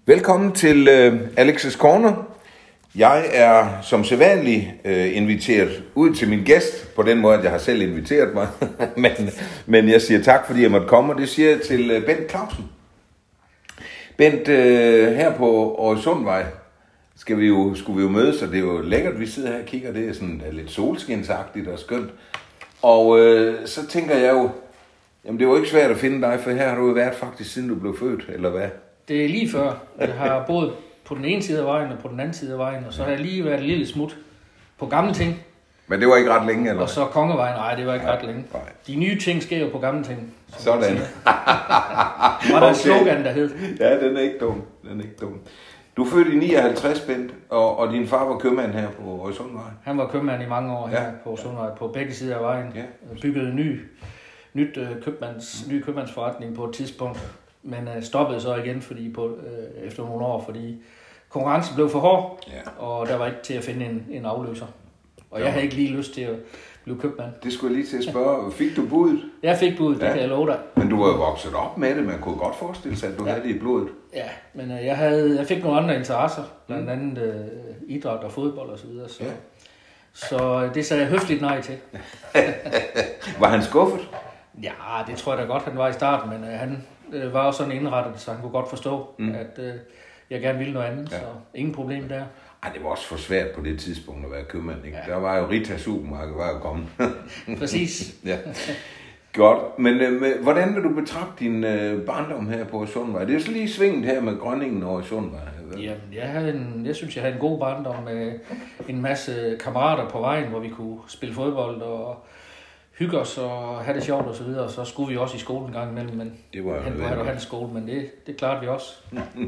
Velkommen til Alex's Corner. Jeg er som sædvanligt inviteret ud til min gæst, på den måde, at jeg har selv inviteret mig. men jeg siger tak, fordi jeg måtte komme, og det siger jeg til Bent Clausen. Bent, her på Øresundvej skulle vi jo mødes, og det er jo lækkert, vi sidder her og kigger. Det er sådan lidt solskinsagtigt og skønt. Og så tænker jeg jo, jamen det var ikke svært at finde dig, for her har du jo været faktisk siden du blev født, eller hvad? Det er lige før. Jeg har boet på den ene side af vejen og på den anden side af vejen, og så har jeg lige været et lille smut på gamle ting. Men det var ikke ret længe, eller? Og så Kongevejen, nej, det var ikke ret længe. Nej. De nye ting sker jo på gamle ting. Sådan. Var der et slogan, der hed? Ja, den er ikke dum. Du er født i 59, Bent, og din far var købmand her på Øresundvej. Han var købmand i mange år her på Øresundvej, på begge sider af vejen. Ja. Byggede en ny købmandsforretning på et tidspunkt, men stoppede så igen efter nogle år, fordi konkurrencen blev for hård, og der var ikke til at finde en afløser. Og jeg havde ikke lige lyst til at blive købmand. Det skulle jeg lige til at spørge. Fik du budet? Jeg fik budet, det kan jeg love dig. Men du var jo vokset op med det, man kunne godt forestille sig, at du havde det i blodet. Ja, men jeg fik nogle andre interesser, blandt andet idræt og fodbold og så videre, så det sagde jeg høfligt nej til. Var han skuffet? Ja, det tror jeg da godt, han var i starten, men han var også sådan indrettet, så han kunne godt forstå, at jeg gerne ville noget andet, så ingen problem der. Ej, det var også for svært på det tidspunkt at være købmand, ikke? Ja. Der var jo Rita Supermarked, var jo kommet. Præcis. Ja. Godt, men hvordan vil du betragte din barndom her på Øresundvej? Det er jo så lige svinget her med Grønningen over Øresundvej. Jamen, jeg synes, jeg havde en god barndom med en masse kammerater på vejen, hvor vi kunne spille fodbold og hygge os og have det sjovt og så videre. Og så skulle vi også i skolen en gang imellem, men det var jo hen på hans skole, men det klarede vi også.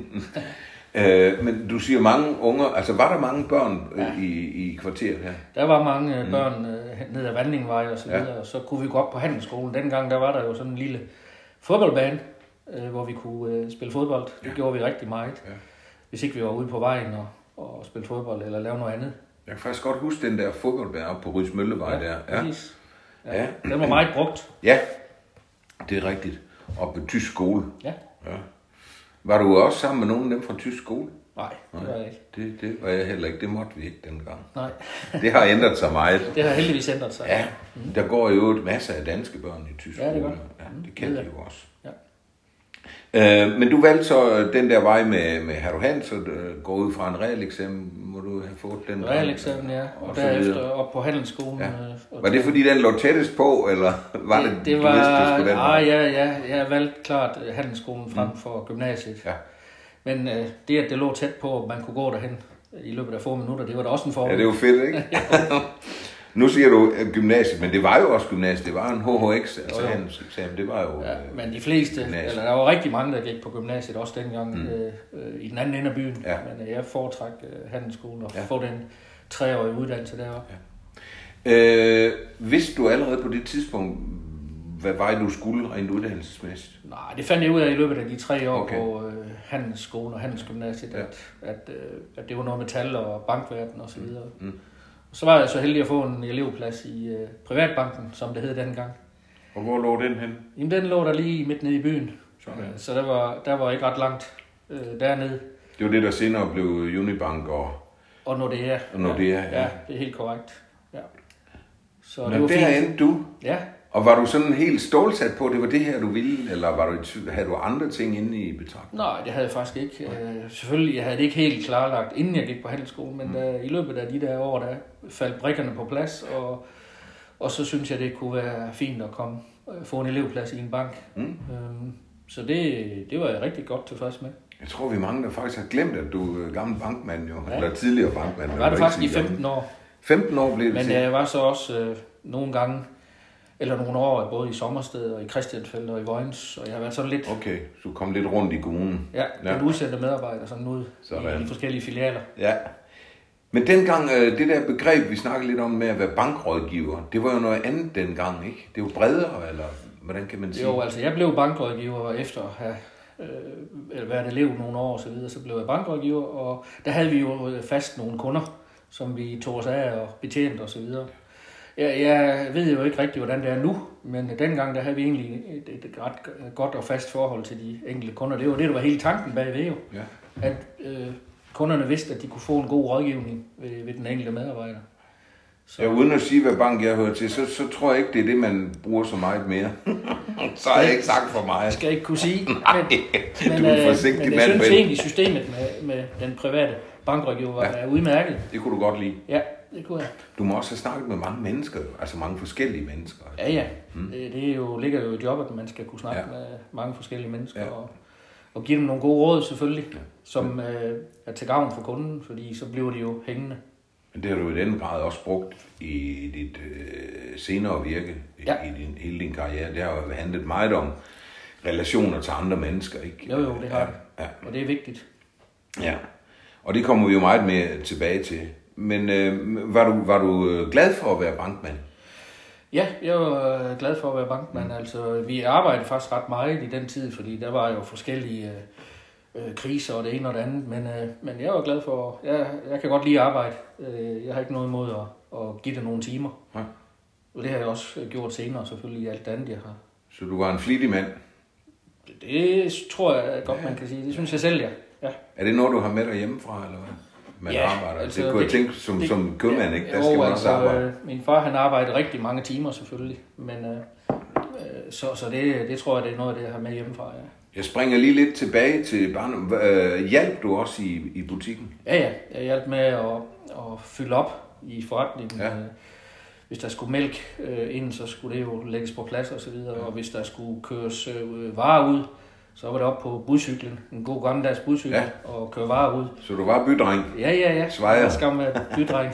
Men du siger mange unger, altså var der mange børn i kvarteret her? Der var mange børn ned ad Vandlingvej og så videre, og så kunne vi gå op på handelsskolen. Dengang der var der jo sådan en lille fodboldbane, hvor vi kunne spille fodbold. Det gjorde vi rigtig meget, hvis ikke vi var ude på vejen og spille fodbold eller lave noget andet. Jeg kan faktisk godt huske den der fodboldbane op på Rysmøllevej der. Ja, præcis. Ja. Den var meget brugt. Ja, det er rigtigt. Og på tysk skole. Ja. Var du også sammen med nogen af dem fra tysk skole? Nej, det var jeg ikke. Det var jeg heller ikke. Det måtte vi ikke dengang. Nej. Det har ændret sig meget. Det har heldigvis ændret sig. Ja, der går jo masser af danske børn i tysk skole. Det gør. Ja, det kan de jo også. Ja. Men du valgte så den der vej med Herr Hans, og går ud fra en realeksamen, må du have fået den? Realeksamen, ja. Og derefter op på handelsskolen. Ja. Var det fordi den lå tættest på, eller var det var, du vidste, du skulle den vej? jeg valgte klart handelsskolen frem for gymnasiet. Ja. Men det, at det lå tæt på, at man kunne gå derhen i løbet af få minutter, det var da også en fordel. Ja, det er jo fedt, ikke? Nu siger du gymnasiet, men det var jo også gymnasiet. Det var en HHX, altså handelseksamen. Det var jo men de fleste, eller der var rigtig mange, der gik på gymnasiet også dengang i den anden ende af byen. Ja. Men jeg foretrak handelsskolen og få den 3-årige uddannelse deroppe. Ja. Vidste du allerede på det tidspunkt, hvad vej du skulle rent uddannelsesmæssigt? Nej, det fandt jeg ud af i løbet af de 3 år på handelsskolen og handelsgymnasiet, at det var noget med tal og bankverden og så videre. Så var jeg så heldig at få en elevplads i Privatbanken, som det hed dengang. Og hvor lå den hen? Jamen, den lå der lige midt nede i byen. Så der var ikke ret langt dernede. Det var det, der senere blev Unibank og Nordea. Og Nordea, ja. Det er helt korrekt. Ja. Så men det var der endte du? Ja. Og var du sådan helt stålsat på, at det var det her, du ville? Eller havde du andre ting inde i betragtning? Nej, det havde jeg faktisk ikke. Selvfølgelig, jeg havde det ikke helt klarlagt, inden jeg gik på handelsskolen, men i løbet af de der år, der faldt brikkerne på plads, og så synes jeg, det kunne være fint at få en elevplads i en bank. Så det var jeg rigtig godt tilfreds med. Jeg tror, vi er mange, der faktisk har glemt, at du er gammel bankmand, jo. Eller tidligere bankmand. Jeg var det faktisk i 15 år. 15 år blev det til? Men jeg var så også nogle gange, eller nogle år, både i Sommersted og i Christiansfeld og i Vojens, og jeg har været sådan lidt... Okay, så du kom lidt rundt i kommunen. Ja, en udsendte medarbejder sådan ud i de forskellige filialer. Ja. Men dengang, det der begreb, vi snakkede lidt om med at være bankrådgiver, det var jo noget andet dengang, ikke? Det var bredere, eller hvordan kan man sige? Jo, altså jeg blev bankrådgiver efter at have været elev nogle år og så videre, så blev jeg bankrådgiver, og der havde vi jo fast nogle kunder, som vi tog os af og betjente og så videre. Jeg ved jo ikke rigtigt, hvordan det er nu, men dengang der havde vi egentlig et ret godt og fast forhold til de enkelte kunder. Det var det, der var hele tanken bagved jo. Ja. at kunderne vidste, at de kunne få en god rådgivning ved den enkelte medarbejder. Så. Ja, uden at sige, hvad bank jeg hører til, så tror jeg ikke, det er det, man bruger så meget mere. Så har jeg ikke sagt for mig. Skal jeg ikke kunne sige. Nej, men, du er forsigtig men jeg synes egentlig, systemet med den private bankrådgiver er udmærket. Det kunne du godt lide. Ja, det kunne jeg. Du må også have snakket med mange mennesker, altså mange forskellige mennesker. Ja. Det er jo, ligger jo i jobbet, at man skal kunne snakke med mange forskellige mennesker, og give dem nogle gode råd selvfølgelig, som er til gavn for kunden, fordi så bliver de jo hængende. Men det har du i den grad også brugt i dit senere virke, i hele din karriere. Det har jo handlet meget om relationer til andre mennesker, ikke? Jo, det har det. Ja. Og det er vigtigt. Ja, og det kommer vi jo meget mere tilbage til. Men var du glad for at være bankmand? Ja, jeg var glad for at være bankmand. Altså, vi arbejdede faktisk ret meget i den tid, fordi der var jo forskellige kriser og det ene og det andet. Men jeg var glad for, jeg kan godt lide at arbejde. Jeg har ikke noget imod at give det nogle timer. Ja. Og det har jeg også gjort senere, selvfølgelig, i alt det andet, jeg har. Så du var en flittig mand? Det tror jeg godt, man kan sige. Det synes jeg selv, ja. Er det noget, du har med dig hjemmefra, eller hvad? Man arbejder. Altså, det kunne jeg tænke som købmand, ikke? Der skal man også arbejde. Min far, han arbejdede rigtig mange timer, selvfølgelig. Men så det tror jeg, det er noget af det, jeg har med hjemmefra, ja. Jeg springer lige lidt tilbage til barndom. Hjalp du også i butikken? Ja. Jeg hjalp med at fylde op i forretningen. Ja. Hvis der skulle mælk ind, så skulle det jo lægges på plads og så videre. Og hvis der skulle køres varer ud, så var det op på budcyklen. En god gammeldags budcykel og køre varer ud. Så du var bydreng? Ja. Svejer? Jeg skal med bydreng.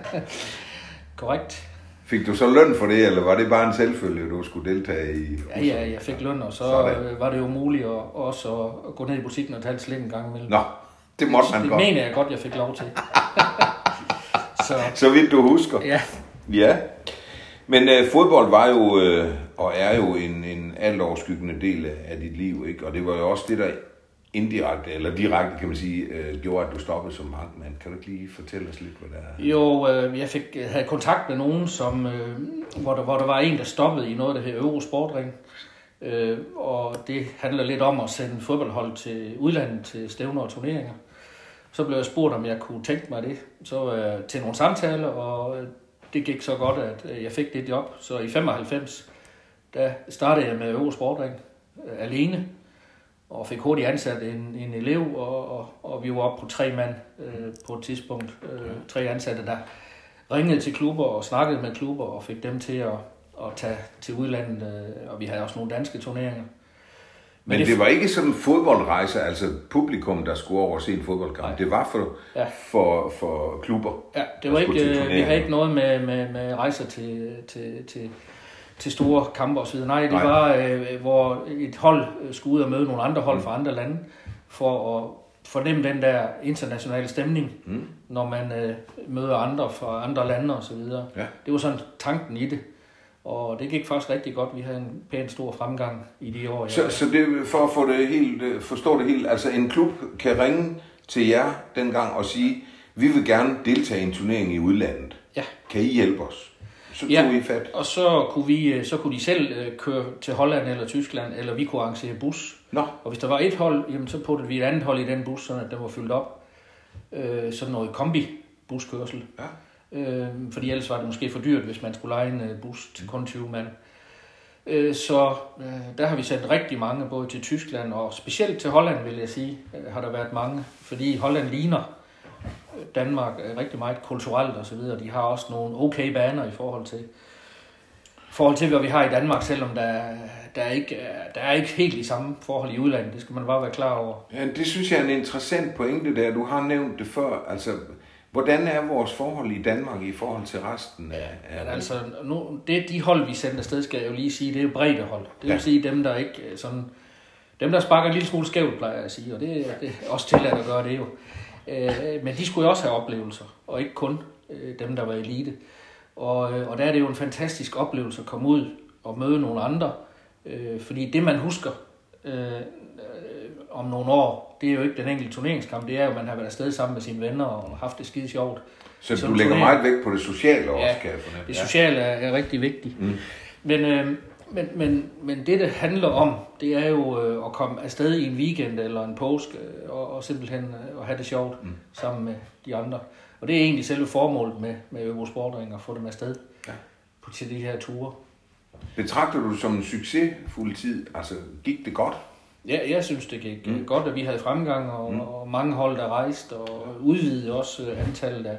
Korrekt. Fik du så løn for det, eller var det bare en selvfølge, du skulle deltage i? Ja, jeg fik løn, og så var det jo muligt også at gå ned i butikken og tage et slik en gang imellem. Nå, det måtte man godt. Det mener jeg godt, jeg fik lov til. Så vidt du husker. Ja. Men fodbold var jo og er jo en alt overskyggende del af dit liv, ikke? Og det var jo også det, der indirekte, eller direkte, kan man sige, gjorde, at du stoppede som bankmand. Kan du ikke lige fortælle os lidt, hvad der er? Jo, jeg havde kontakt med nogen, hvor der var en, der stoppede i noget, der hedder Eurosportring. Og det handler lidt om at sende fodboldhold til udlandet til stævner og turneringer. Så blev jeg spurgt, om jeg kunne tænke mig det. Så til nogle samtaler, og det gik så godt, at jeg fik det job. Så i 95, der startede jeg med Eurosportring alene. Og fik hurtigt ansat en elev, og vi var oppe på 3 mand på et tidspunkt. 3 ansatte, der ringede til klubber og snakkede med klubber og fik dem til at tage til udlandet. Og vi havde også nogle danske turneringer. Men det var ikke sådan en fodboldrejse, altså publikum, der skulle over og se en fodboldkamp. Nej. Det var for klubber. Ja, det var ikke, vi havde ikke noget med rejser til store kampe og så videre. Nej, det var, hvor et hold skulle ud og møde nogle andre hold fra andre lande, for at fornemme den der internationale stemning, når man møder andre fra andre lande og så videre. Ja. Det var sådan tanken i det. Og det gik faktisk rigtig godt. Vi havde en pænt stor fremgang i de år. Så det, for at få det helt, forstå det helt, altså en klub kan ringe til jer dengang og sige, vi vil gerne deltage i en turnering i udlandet. Ja. Kan I hjælpe os? Så tog I fat. Og så kunne de selv køre til Holland eller Tyskland, eller vi kunne arrangere bus. Nå. Og hvis der var et hold, jamen, så puttede vi et andet hold i den bus, så den var fyldt op. Sådan noget kombi-buskørsel. Ja. Fordi ellers var det måske for dyrt, hvis man skulle leje en bus til kun 20 mand. Så der har vi sendt rigtig mange, både til Tyskland og specielt til Holland, vil jeg sige, har der været mange. Fordi Holland ligner Danmark rigtig meget kulturelt og så videre. De har også nogle okay baner i forhold til, hvad vi har i Danmark, selvom der er ikke helt i samme forhold i udlandet. Det skal man bare være klar over. Ja, det synes jeg er en interessant pointe der. Du har nævnt det før, altså. Hvordan er vores forhold i Danmark i forhold til resten af... Ja, altså, de hold, vi sender afsted, skal jeg jo lige sige, det er jo brede hold. Det vil sige dem, der ikke sådan... Dem, der sparker en lille smule skævt, plejer jeg at sige, og det er også tilladt at gøre det jo. Men de skulle jo også have oplevelser, og ikke kun dem, der var elite. Og der er det jo en fantastisk oplevelse at komme ud og møde nogle andre, fordi det, man husker om nogle år, det er jo ikke den enkelte turneringskamp, det er jo, man har været afsted sammen med sine venner og haft det skide sjovt. Så du lægger meget vægt på det sociale også, kan jeg fornemme. Det sociale er rigtig vigtigt. Men Men det handler om, det er jo at komme afsted i en weekend eller en påske, og simpelthen at have det sjovt sammen med de andre. Og det er egentlig selve formålet med Eurosportring, at få dem afsted til de her ture. Betragter du det som en succesfuld tid? Altså, gik det godt? Ja, jeg synes, det gik godt, at vi havde fremgang, og mange hold, der rejste, og udvidede også antallet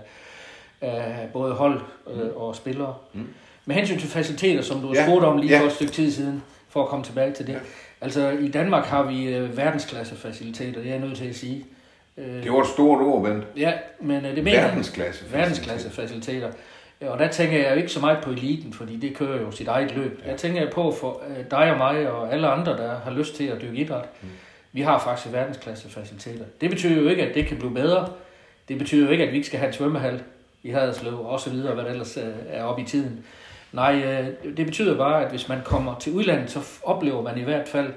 af både hold og spillere. Med hensyn til faciliteter, som du har spurgt om lige for et stykke tid siden, for at komme tilbage til det. Ja. Altså, i Danmark har vi verdensklassefaciliteter, det er jeg nødt til at sige. Det var et stort ord, Bent. Ja, men det mener verdensklassefaciliteter. Og der tænker jeg jo ikke så meget på eliten, fordi det kører jo sit eget løb. Jeg tænker på for dig og mig og alle andre, der har lyst til at dyrke idræt. Vi har faktisk verdensklassefaciliteter. Det betyder jo ikke, at det kan blive bedre. Det betyder jo ikke, at vi ikke skal have en svømmehal i Haderslev og så videre, hvad der ellers er oppe i tiden. Nej, det betyder bare, at hvis man kommer til udlandet, så oplever man i hvert fald,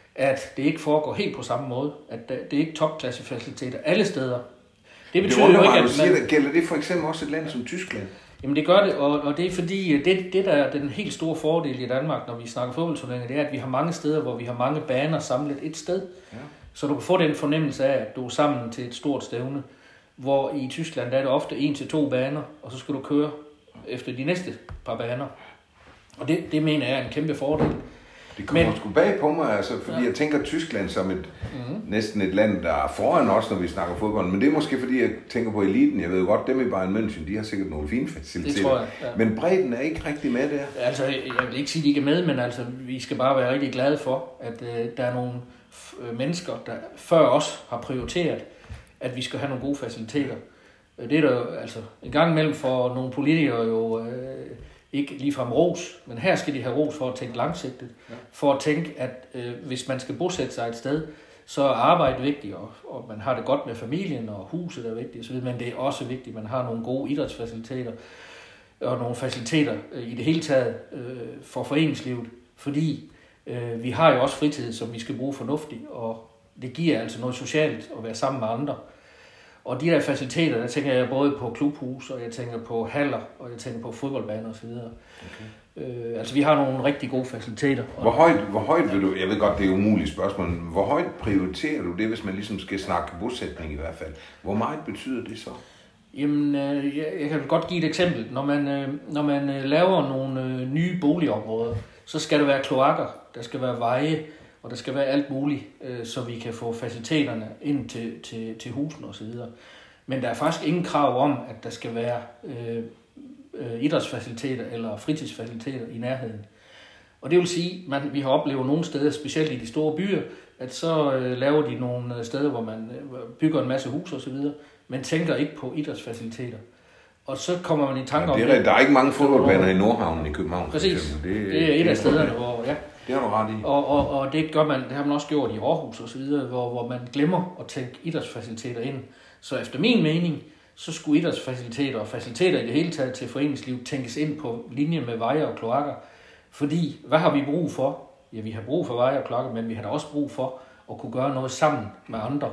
at det ikke foregår helt på samme måde. At det er ikke topklassefaciliteter alle steder. Det betyder jo ikke, at man... Gælder det for eksempel også et land som Tyskland? Jamen det gør det, og det er fordi, det der er den helt store fordel i Danmark, når vi snakker fodboldturneringer, det er, at vi har mange steder, hvor vi har mange baner samlet et sted. Ja. Så du kan få den fornemmelse af, at du er sammen til et stort stævne, hvor i Tyskland der er det ofte 1-2 baner, og så skal du køre efter de næste par baner. Og det mener jeg er en kæmpe fordel. Det kommer sgu bag på mig, altså, fordi jeg tænker Tyskland som næsten et land, der er foran os, når vi snakker fodbold. Men det er måske, fordi jeg tænker på eliten. Jeg ved jo godt, dem i Bayern München, de har sikkert nogle fine faciliteter. Det tror jeg, ja. Men bredden er ikke rigtig med der. Altså, jeg vil ikke sige, de ikke er med, men altså, vi skal bare være rigtig glade for, at der er nogle mennesker, der før os har prioriteret, at vi skal have nogle gode faciliteter. Det er der altså en gang imellem for nogle politikere jo... ikke ligefrem ros, men her skal de have ros for at tænke langsigtet. For at tænke, at hvis man skal bosætte sig et sted, så er arbejde vigtigt, og man har det godt med familien, og huset er vigtigt osv., men det er også vigtigt, at man har nogle gode idrætsfaciliteter, og nogle faciliteter i det hele taget for foreningslivet, fordi vi har jo også fritid, som vi skal bruge fornuftigt, og det giver altså noget socialt at være sammen med andre. Og de der faciliteter, der tænker jeg både på klubhus, og jeg tænker på haller, og jeg tænker på fodboldbaner osv. Okay. Altså vi har nogle rigtig gode faciliteter. Hvor højt vil du, jeg ved godt, det er et umuligt spørgsmål, men hvor højt prioriterer du det, hvis man ligesom skal snakke bosætning i hvert fald? Hvor meget betyder det så? Jamen, jeg kan godt give et eksempel. Når man laver nogle nye boligområder, så skal der være kloakker, der skal være veje, og der skal være alt muligt, så vi kan få faciliteterne ind til husene osv. Men der er faktisk ingen krav om, at der skal være idrætsfaciliteter eller fritidsfaciliteter i nærheden. Og det vil sige, at vi har oplevet nogle steder, specielt i de store byer, at så laver de nogle steder, hvor man bygger en masse hus osv., men tænker ikke på idrætsfaciliteter. Og så kommer man i tanke om... Der er ikke mange fodboldbaner i Nordhavnen i København. Præcis. Det er et af stederne, hvor... Ja. Det har du ret i. Og det gør man, det har man også gjort i Aarhus og så videre, hvor man glemmer at tænke idrætsfaciliteter ind. Så efter min mening, så skulle idrætsfaciliteter og faciliteter i det hele taget til foreningsliv tænkes ind på linje med veje og kloakker. Fordi, hvad har vi brug for? Ja, vi har brug for veje og kloakker, men vi har da også brug for at kunne gøre noget sammen med andre.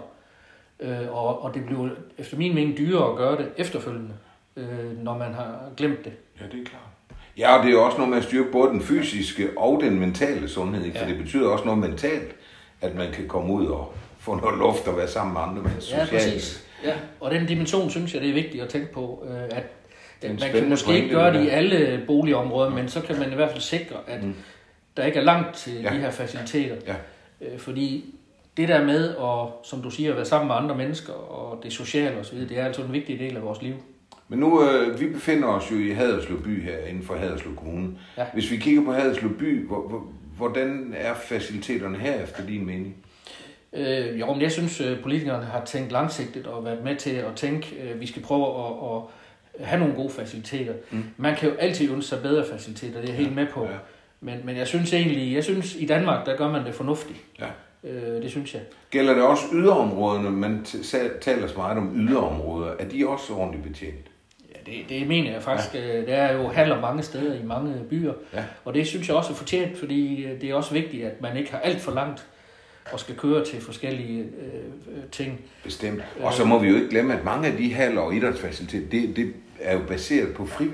Og det bliver efter min mening dyrere at gøre det efterfølgende, når man har glemt det. Ja, det er klart. Ja, og det er jo også noget med at styrke både den fysiske og den mentale sundhed, ikke? For det betyder også noget mentalt, at man kan komme ud og få noget luft og være sammen med andre mennesker. Ja, præcis. Ja, og den dimension synes jeg, det er vigtigt at tænke på, at man kan måske ikke gøre det i alle boligområder, men så kan man i hvert fald sikre, at der ikke er langt til de her faciliteter. Ja. Fordi det der med, at, som du siger, at være sammen med andre mennesker og det sociale osv., det er altså en vigtig del af vores liv. Men nu, vi befinder os jo i Haderslev by her, inden for Haderslev Kommune. Ja. Hvis vi kigger på Haderslev by, hvordan er faciliteterne her efter din mening? Jo, men jeg synes, politikerne har tænkt langsigtet og været med til at tænke, at vi skal prøve at have nogle gode faciliteter. Man kan jo altid ønske sig bedre faciliteter, det er jeg helt med på. Ja. Men jeg synes egentlig, i Danmark, der gør man det fornuftigt. Ja. Det synes jeg. Gælder det også yderområderne? Man taler så meget om yderområder. Er de også ordentligt betjent? Ja, det mener jeg faktisk. Ja. Der er jo haller mange steder i mange byer. Ja. Og det synes jeg også er fortjent, fordi det er også vigtigt, at man ikke har alt for langt og skal køre til forskellige ting. Bestemt. Og så må vi jo ikke glemme, at mange af de haller og idrætsfaciliteter, det er jo baseret på frivillige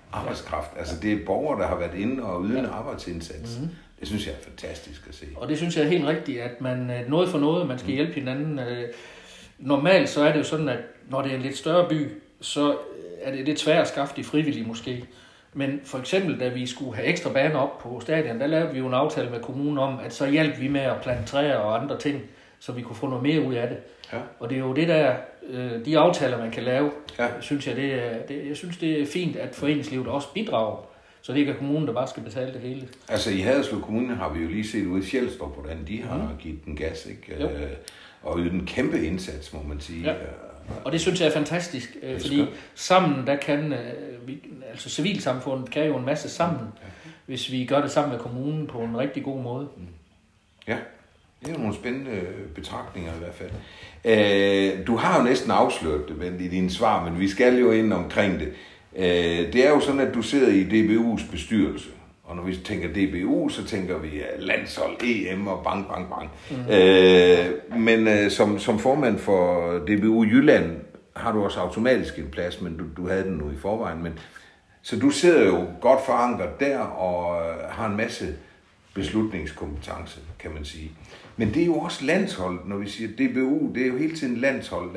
arbejdskraft. Altså det er borgere, der har været inde og ydet en arbejdsindsats. Mm-hmm. Det synes jeg er fantastisk at se. Og det synes jeg er helt rigtigt, at man noget for noget, man skal hjælpe hinanden. Normalt så er det jo sådan, at når det er en lidt større by, så er det lidt svært at skaffe de frivillige måske. Men for eksempel, da vi skulle have ekstra baner op på stadion, der lavede vi jo en aftale med kommunen om, at så hjalp vi med at plante træer og andre ting, så vi kunne få noget mere ud af det. Ja. Og det er jo det der, de aftaler, man kan lave, synes jeg, jeg synes, det er fint, at foreningslivet også bidrager. Så det ikke er kommunen, der bare skal betale det hele. Altså i Haderslev Kommune har vi jo lige set ude i Fjelstrup, hvordan de har givet den gas, ikke? Og ydet en kæmpe indsats, må man sige. Ja. Og det synes jeg er fantastisk, fordi sammen, der kan, altså civilsamfundet kan jo en masse sammen, hvis vi gør det sammen med kommunen på en rigtig god måde. Ja, det er jo nogle spændende betragtninger i hvert fald. Du har jo næsten afsløret det i dine svar, men vi skal jo ind omkring det. Det er jo sådan, at du sidder i DBU's bestyrelse, og når vi tænker DBU, så tænker vi landshold, EM og bang, bang, bang. Mm. Men som formand for DBU Jylland har du også automatisk en plads, men du havde den nu i forvejen. Så du sidder jo godt forankret der og har en masse beslutningskompetence, kan man sige. Men det er jo også landshold, når vi siger DBU, det er jo hele tiden landshold.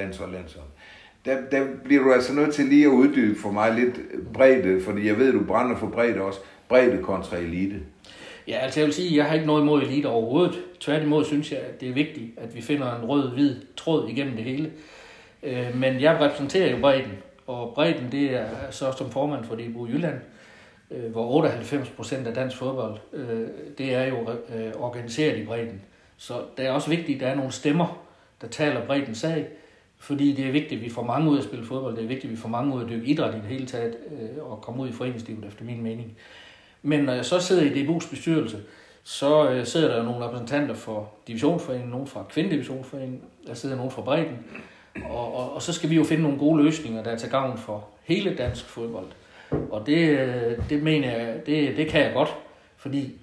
Der bliver du altså nødt til lige at uddybe for mig lidt bredde, fordi jeg ved, du brænder for bredde også. Bredde kontra elite. Ja, altså jeg vil sige, at jeg har ikke noget imod elite overhovedet. Tværtimod synes jeg, at det er vigtigt, at vi finder en rød-hvid tråd igennem det hele. Men jeg repræsenterer jo bredden, og bredden det er så som formand for DBU Jylland, hvor 98% af dansk fodbold, det er jo organiseret i bredden. Så det er også vigtigt, at der er nogle stemmer, der taler breddens sag, fordi det er vigtigt, at vi får mange ud at spille fodbold, det er vigtigt, at vi får mange ud at dykke idræt i det hele taget, og komme ud i foreningslivet, efter min mening. Men når jeg så sidder i DBU's bestyrelse, så sidder der nogle repræsentanter for divisionsforeningen, nogen fra kvindedivisionsforeningen, der sidder nogen fra bredden, og så skal vi jo finde nogle gode løsninger, der er til gavn for hele dansk fodbold. Og det mener jeg, det kan jeg godt, fordi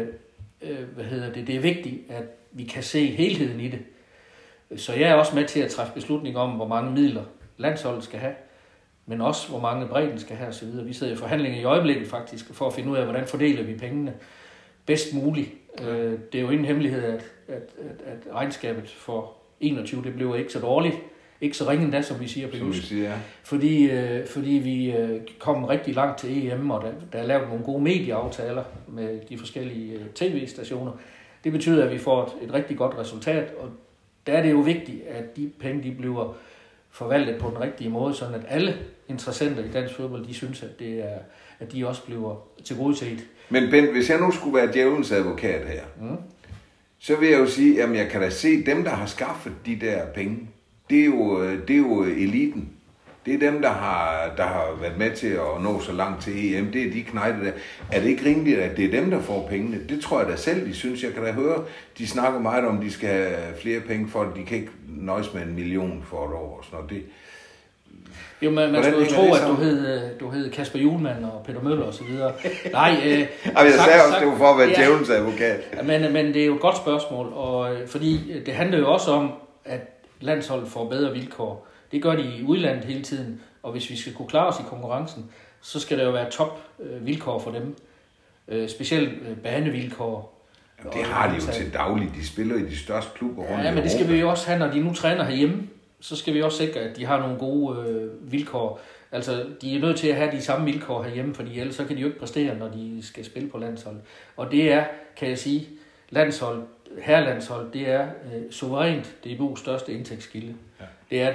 det er vigtigt, at vi kan se helheden i det. Så jeg er også med til at træffe beslutninger om, hvor mange midler landsholdet skal have, men også hvor mange bredden skal have osv. Vi sidder i forhandlinger i øjeblikket faktisk, for at finde ud af, hvordan fordeler vi pengene bedst muligt. Det er jo ingen hemmelighed, at regnskabet for 21, det blev ikke så dårligt, ikke så ringe endda, som vi siger på jysk. Ja. Fordi vi kom rigtig langt til EM, og der er lavet nogle gode medieaftaler med de forskellige tv-stationer. Det betyder, at vi får et rigtig godt resultat, og der er det jo vigtigt, at de penge, de bliver forvaltet på den rigtige måde, sådan at alle interessenter i dansk fodbold, de synes, at de også bliver tilgodeset. Men Bent, hvis jeg nu skulle være djævelens advokat her, så vil jeg jo sige, at jeg kan da se, dem, der har skaffet de der penge, det er jo eliten. Det er dem, der har været med til at nå så langt til EM. Det er de knejte der. Er det ikke rimeligt, at det er dem, der får pengene? Det tror jeg da selv, de synes. Jeg kan da høre, de snakker meget om, at de skal have flere penge for det. De kan ikke nøjes med 1 million for et år. Sådan noget. Jo, man skulle jo tro, at du hed Kasper Hjulmand og Peter Møller og så videre. Nej, jeg sagde også, det var for at være djævelens advokat. Men det er jo et godt spørgsmål, og fordi det handler jo også om, at landsholdet får bedre vilkår. Det gør de i udlandet hele tiden, og hvis vi skal kunne klare os i konkurrencen, så skal der jo være top vilkår for dem. Specielt banevilkår. Jamen, det har de jo til dagligt. De spiller i de største klubber rundt i Europa. Ja, men det skal vi jo også have, når de nu træner herhjemme. Så skal vi også sikre, at de har nogle gode vilkår. Altså, de er nødt til at have de samme vilkår herhjemme, fordi ellers så kan de jo ikke præstere, når de skal spille på landshold. Og det er, kan jeg sige, landshold, herrelandshold, det er suverænt DBU's største indtægtskilde. Ja. Det er det.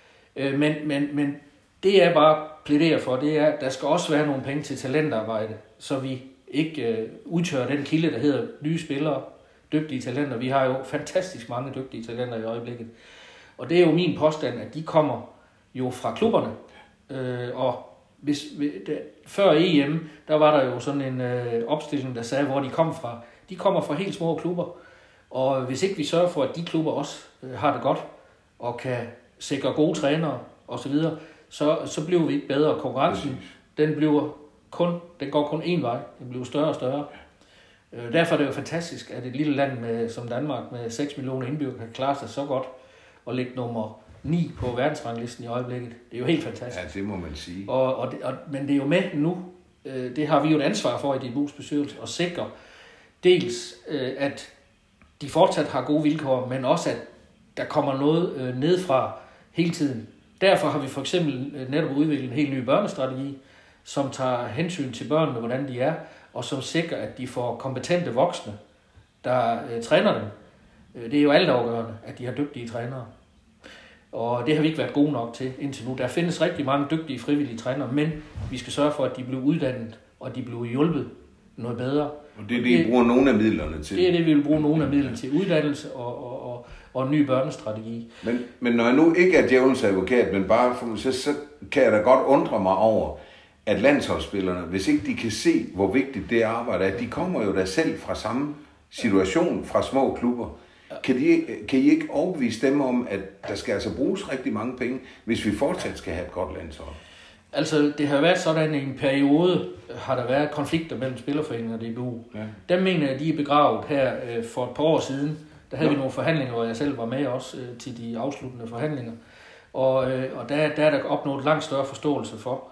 Men det er bare plæderer for, det er, at der skal også være nogle penge til talentarbejde, så vi ikke udtørrer den kilde, der hedder nye spillere, dygtige talenter. Vi har jo fantastisk mange dygtige talenter i øjeblikket. Og det er jo min påstand, at de kommer jo fra klubberne. Og før EM, der var der jo sådan en opstilling, der sagde, hvor de kom fra. De kommer fra helt små klubber. Og hvis ikke vi sørger for, at de klubber også har det godt, og kan sikre gode trænere osv., så bliver vi ikke bedre. Konkurrencen, den går kun én vej. Den bliver større og større. Derfor er det jo fantastisk, at et lille land som Danmark med 6 millioner indbyggere kan klare sig så godt og ligge nummer 9 på verdensranglisten i øjeblikket. Det er jo helt fantastisk. Ja, det må man sige. Men det er jo med nu, det har vi jo et ansvar for i DBU's bestyrelse, at sikre dels, at de fortsat har gode vilkår, men også, at der kommer noget nedefra hele tiden. Derfor har vi for eksempel netop udviklet en helt ny børnestrategi, som tager hensyn til børnene, hvordan de er, og som sikrer, at de får kompetente voksne, der træner dem. Det er jo altafgørende, at de har dygtige trænere. Og det har vi ikke været gode nok til indtil nu. Der findes rigtig mange dygtige frivillige trænere, men vi skal sørge for, at de bliver uddannet, og at de bliver hjulpet noget bedre. Og det er det, I bruger nogle af midlerne til? Det er det, vi vil bruge nogle af midlerne til. Uddannelse og en ny børnestrategi. Men når jeg nu ikke er djævelens advokat, men bare så kan jeg da godt undre mig over, at landsholdsspillerne, hvis ikke de kan se, hvor vigtigt det arbejde er, de kommer jo da selv fra samme situation, fra små klubber. Kan I ikke overbevise dem om, at der skal altså bruges rigtig mange penge, hvis vi fortsat skal have et godt landshold? Altså, det har været sådan, en periode har der været konflikter mellem spillerforeninger og DBU. Ja. Dem mener jeg, de er begravet her for et par år siden. Der havde vi nogle forhandlinger, hvor jeg selv var med også til de afsluttende forhandlinger. Og der er der opnået langt større forståelse for,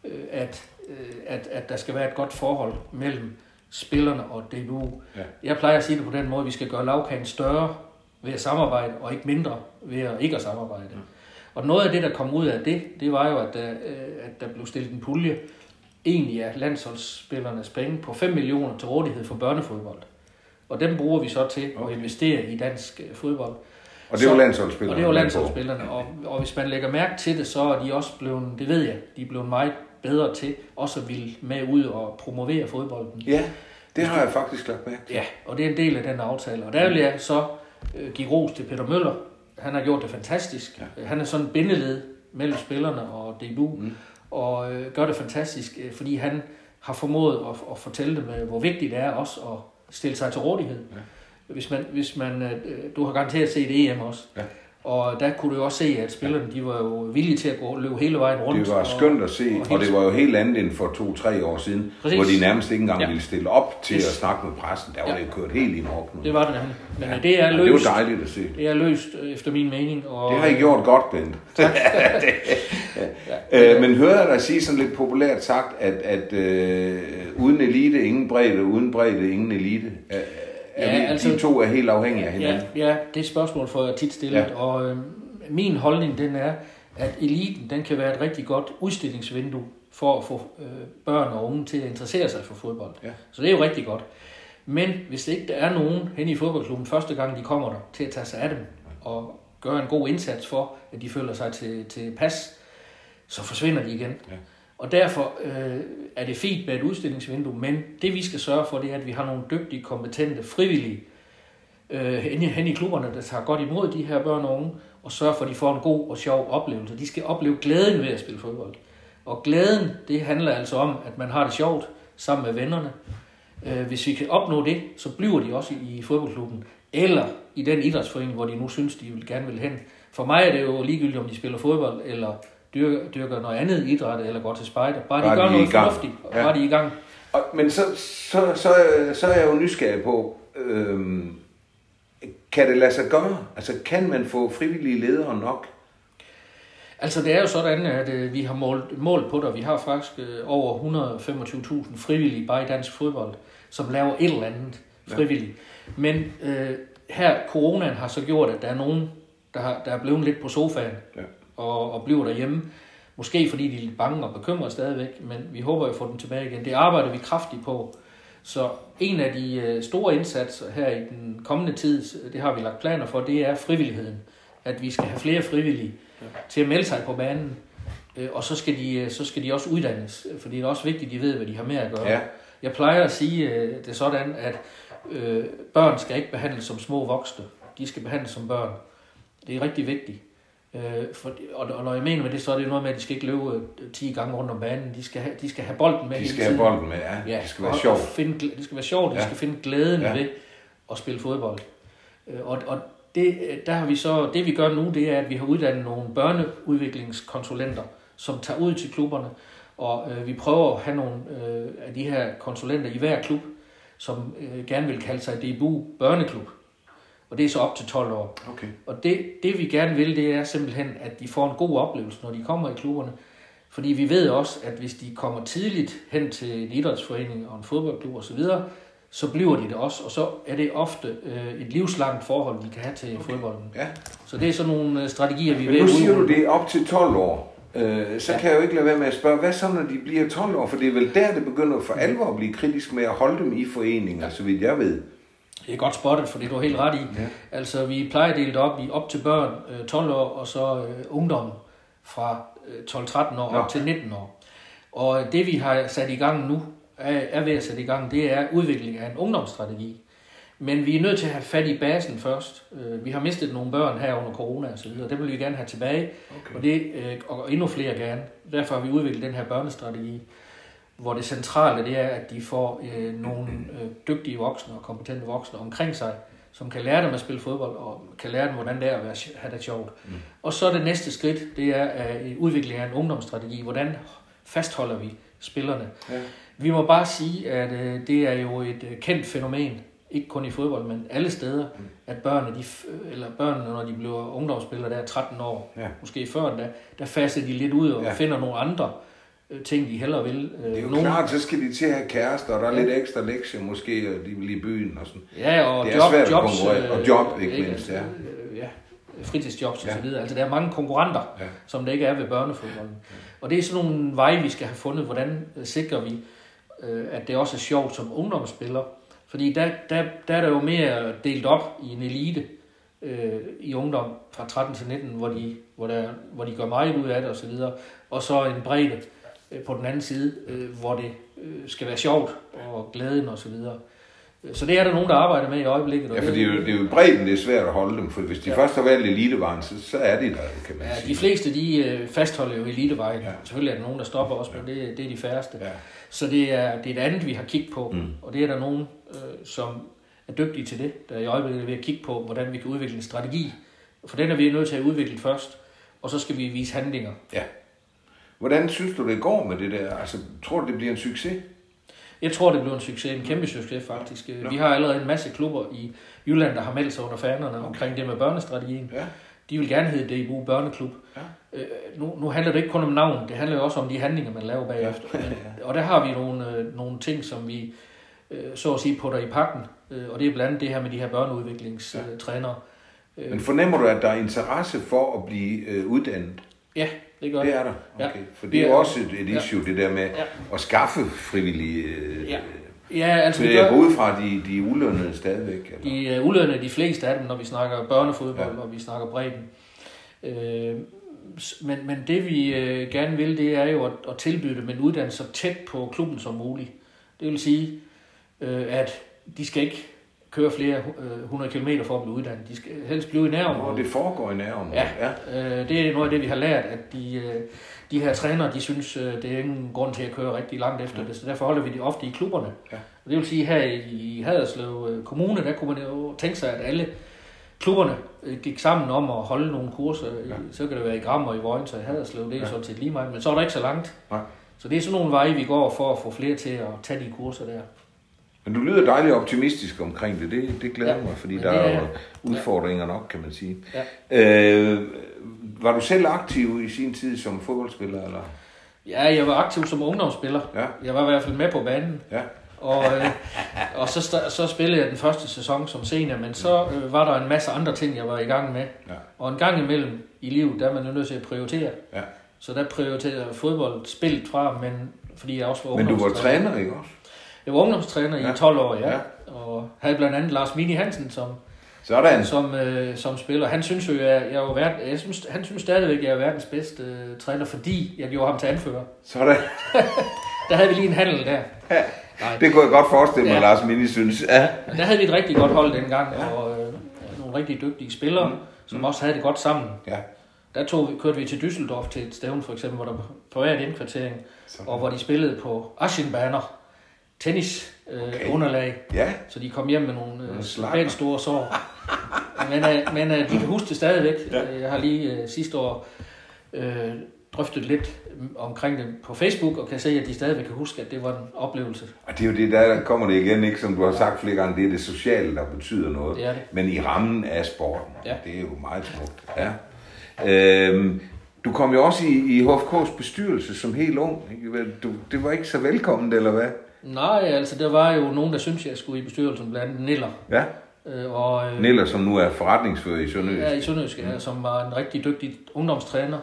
at der skal være et godt forhold mellem spillerne og DBU. Ja. Jeg plejer at sige det på den måde, at vi skal gøre lagkagen større ved at samarbejde, og ikke mindre ved at ikke at samarbejde. Ja. Og noget af det, der kom ud af det var jo, at der blev stillet en pulje, egentlig af landsholdsspillernes penge, på 5 millioner til rådighed for børnefodbold. Og dem bruger vi så til at investere i dansk fodbold. Og det er jo landsholdsspillerne. Og det er jo landsholdsspillerne. Og hvis man lægger mærke til det, så er de også blevet, det ved jeg, de er blevet meget bedre til også at ville med ud og promovere fodbolden. Ja, det har jeg faktisk lagt mærke til. Ja, og det er en del af den aftale. Og der vil jeg så give ros til Peter Møller. Han har gjort det fantastisk. Ja. Han er sådan en bindeled mellem spillerne og DBU, og gør det fantastisk, fordi han har formået at fortælle dem, hvor vigtigt det er også at stille sig til rådighed. Ja. Hvis man du har garanteret set EM også. Ja. Og der kunne du jo også se, at spillerne de var jo villige til at løbe hele vejen rundt. Det var skønt at se, og det var jo helt andet end for 2-3 år siden, præcis, hvor de nærmest ikke engang ville stille op til at snakke med pressen. Der var det kørt helt i morgen. Det var det nemlig. Men det er løst. Det var dejligt at se. Det er løst efter min mening. Og det har I gjort godt, Bent. Men hører jeg dig sige sådan lidt populært sagt, at uden elite ingen bredde, uden bredde ingen elite. De to er helt afhængige af hinanden. Ja, det spørgsmål får jeg tit stillet, ja. Og min holdning den er, at eliten den kan være et rigtig godt udstillingsvindue for at få børn og unge til at interessere sig for fodbold. Ja. Så det er jo rigtig godt. Men hvis ikke der er nogen hen i fodboldklubben første gang de kommer der til at tage sig af dem og gøre en god indsats for, at de føler sig til pas, så forsvinder de igen. Ja. Og derfor er det fint med et udstillingsvindue, men det vi skal sørge for, det er, at vi har nogle dygtige, kompetente, frivillige hen i klubberne, der tager godt imod de her børn og unge, og sørger for, at de får en god og sjov oplevelse. De skal opleve glæden ved at spille fodbold. Og glæden, det handler altså om, at man har det sjovt sammen med vennerne. Hvis vi kan opnå det, så bliver de også i fodboldklubben, eller i den idrætsforening, hvor de nu synes, de gerne vil hen. For mig er det jo ligegyldigt, om de spiller fodbold, eller dyrker noget andet idræt, eller går til spejder. Bare de gør noget fornuftigt, og bare de er i gang. Men så er jeg jo nysgerrig på, kan det lade sig gøre? Altså, kan man få frivillige ledere nok? Altså, det er jo sådan, at vi har målt på det, og vi har faktisk over 125.000 frivillige bare i dansk fodbold, som laver et eller andet frivilligt. Ja. Men her, coronaen har så gjort, at der er nogen, der er blevet lidt på sofaen, og bliver derhjemme. Måske fordi de er lidt bange og bekymrede stadigvæk, men vi håber jo at få dem tilbage igen. Det arbejder vi kraftigt på. Så en af de store indsatser her i den kommende tid, det har vi lagt planer for, det er frivilligheden. At vi skal have flere frivillige til at melde sig på banen, og så skal de også uddannes, for det er også vigtigt, at de ved, hvad de har med at gøre. Ja. Jeg plejer at sige det sådan, at børn skal ikke behandles som små voksne. De skal behandles som børn. Det er rigtig vigtigt. Og når jeg mener med det, så er det noget med, at de skal ikke løbe 10 gange rundt om banen. De skal have bolden med. De skal have bolden med, ja. Det skal være sjovt. Det skal være sjovt, de skal finde glæden ved at spille fodbold. Og der har vi så, det vi gør nu, det er, at vi har uddannet nogle børneudviklingskonsulenter, som tager ud til klubberne, og vi prøver at have nogle af de her konsulenter i hver klub, som gerne vil kalde sig DBU Børneklub. Og det er så op til 12 år. Okay. Og det vi gerne vil, det er simpelthen, at de får en god oplevelse, når de kommer i klubberne. Fordi vi ved også, at hvis de kommer tidligt hen til en idrætsforening og en fodboldklub osv., så bliver de det også, og så er det ofte et livslangt forhold, de kan have til fodbolden. Ja. Så det er sådan nogle strategier, vi ved. Men nu siger du, det er op til 12 år. Så kan jeg jo ikke lade være med at spørge, hvad så når de bliver 12 år? For det er vel der, det begynder for alvor at blive kritisk med at holde dem i foreninger, så vidt jeg ved. Det er godt spottet, for det er du helt ret i. Ja. Altså, vi plejer at dele det op til børn 12 år, og så ungdom fra 12-13 år op til 19 år. Og det, vi har sat i gang nu, er ved at sætte i gang, det er udvikling af en ungdomsstrategi. Men vi er nødt til at have fat i basen først. Vi har mistet nogle børn her under corona og så videre. Det vil vi gerne have tilbage, og endnu flere gerne. Derfor har vi udviklet den her børnestrategi, hvor det centrale det er, at de får nogle dygtige voksne og kompetente voksne omkring sig, som kan lære dem at spille fodbold, og kan lære dem, hvordan det er at have det sjovt. Og så det næste skridt, det er udvikling af en ungdomsstrategi. Hvordan fastholder vi spillerne? Ja. Vi må bare sige, at det er jo et kendt fænomen, ikke kun i fodbold, men alle steder, at børnene, når de bliver ungdomsspillere, der er 13 år, måske før da, der faser de lidt ud og finder nogle andre ting, de hellere vil. Det er jo klart, så skal de til at have kærester, og der er lidt ekstra lektier måske, og de vil i byen og sådan. Ja, og det er svært at konkurrere, og job ikke mindst, fritidsjobs og så videre. Altså der er mange konkurrenter, som der ikke er ved børnefodbolden. Og det er sådan nogle veje, vi skal have fundet, hvordan sikrer vi, at det også er sjovt som ungdomsspiller. Fordi der er der jo mere delt op i en elite i ungdom fra 13 til 19, hvor de gør meget ud af det og så videre. Og så en bredde på den anden side, hvor det skal være sjovt og glæden og så videre. Så det er der nogen, der arbejder med i øjeblikket. Ja, for det er jo bredden, det er svært at holde dem, for hvis de først har valgt elitevejen, så er de der, kan man sige. De fleste, de fastholder jo elitevejen. Ja. Selvfølgelig er der nogen, der stopper også, men det er de færreste. Ja. Så det er et andet, vi har kigget på, og det er der nogen, som er dygtige til det, der i øjeblikket er ved at kigge på, hvordan vi kan udvikle en strategi. For den er vi nødt til at udvikle først, og så skal vi vise handlinger. Ja. Hvordan synes du, det går med det der? Altså, tror du, det bliver en succes? Jeg tror, det bliver en succes, en kæmpe succes faktisk. Ja. Vi har allerede en masse klubber i Jylland, der har meldt sig under fanerne omkring det med børnestrategien. Ja. De vil gerne hedde DBU Børneklub. Ja. Nu handler det ikke kun om navn, det handler jo også om de handlinger, man laver bagefter. Ja. Og der har vi nogle ting, som vi så at sige putter i pakken, og det er blandt andet det her med de her børneudviklingstrænere. Men fornemmer du, at der er interesse for at blive uddannet? Ja, det gør det. Er der? Okay. Ja. For det er jo også et issue, det der med at skaffe frivillige... Ja, altså det er ud fra de ulønnede stadigvæk. Eller? De ulønnede, de fleste af dem, når vi snakker børnefodbold, og vi snakker bredden. Men det vi gerne vil, det er jo at tilbyde dem en uddannelse så tæt på klubben som muligt. Det vil sige, at de skal ikke køre flere 100 km for at blive uddannet. De skal helst blive i nærområdet. Og det foregår i nærområdet. Ja, det er noget af det, vi har lært, at de her trænere, de synes, det er ingen grund til at køre rigtig langt efter det, så derfor holder vi det ofte i klubberne. Ja. Og det vil sige, her i Haderslev Kommune, der kunne man jo tænke sig, at alle klubberne gik sammen om at holde nogle kurser. Så kan det være i Gram og i Vojens og i Haderslev, det er sådan set lige meget, men så er der ikke så langt. Ja. Så det er sådan nogle veje, vi går for at få flere til at tage de kurser der. Men du lyder dejligt optimistisk omkring det. Det glæder mig, fordi der er jo udfordringer nok, kan man sige. Ja. Var du selv aktiv i sin tid som fodboldspiller? Eller? Ja, jeg var aktiv som ungdomsspiller. Ja. Jeg var i hvert fald med på banen. Ja. Og så spillede jeg den første sæson som senior, men så var der en masse andre ting, jeg var i gang med. Ja. Og en gang imellem i livet, der er man jo nødt til at prioritere. Ja. Så der prioriterede jeg fodbold spillet fra, men fordi jeg også var ungdomstræner. Men du var træner, ikke også? Jeg var ungdomstræner i 12 år, ja. Og havde blandt andet Lars Mini Hansen som spiller. Han synes jo, han synes stadigvæk, at jeg er verdens bedste træner, fordi jeg gjorde ham til anfører. Sådan. Der havde vi lige en handel der. Ja. Det kunne jeg godt forestille mig, Lars Mini synes. Ja. Men der havde vi et rigtig godt hold dengang, og nogle rigtig dygtige spillere, som også havde det godt sammen. Ja. Der kørte vi til Düsseldorf til et stævn, for eksempel, hvor der var privat indkvartering, og hvor de spillede på Aschenbaner. Tennis underlag, så de kom hjem med nogle pænt store sår. men de kan huske det stadigvæk. Ja. Jeg har lige sidste år drøftet lidt omkring det på Facebook, og kan se, at de stadigvæk kan huske, at det var en oplevelse. Og det er jo det, der kommer det igen, ikke? Som du har sagt flere gange, det er det sociale, der betyder noget. Det er det. Men i rammen af sporten, det er jo meget smukt. Ja. Du kom jo også i HFK's bestyrelse som helt ung. Ikke? Det var ikke så velkommen, eller hvad? Nej, altså der var jo nogen, der syntes, jeg skulle i bestyrelsen, blandt andet Niller. Ja. Niller, som nu er forretningsfører i Sønderjysk. Ja, i Sønderjysk, ja, som var en rigtig dygtig ungdomstræner.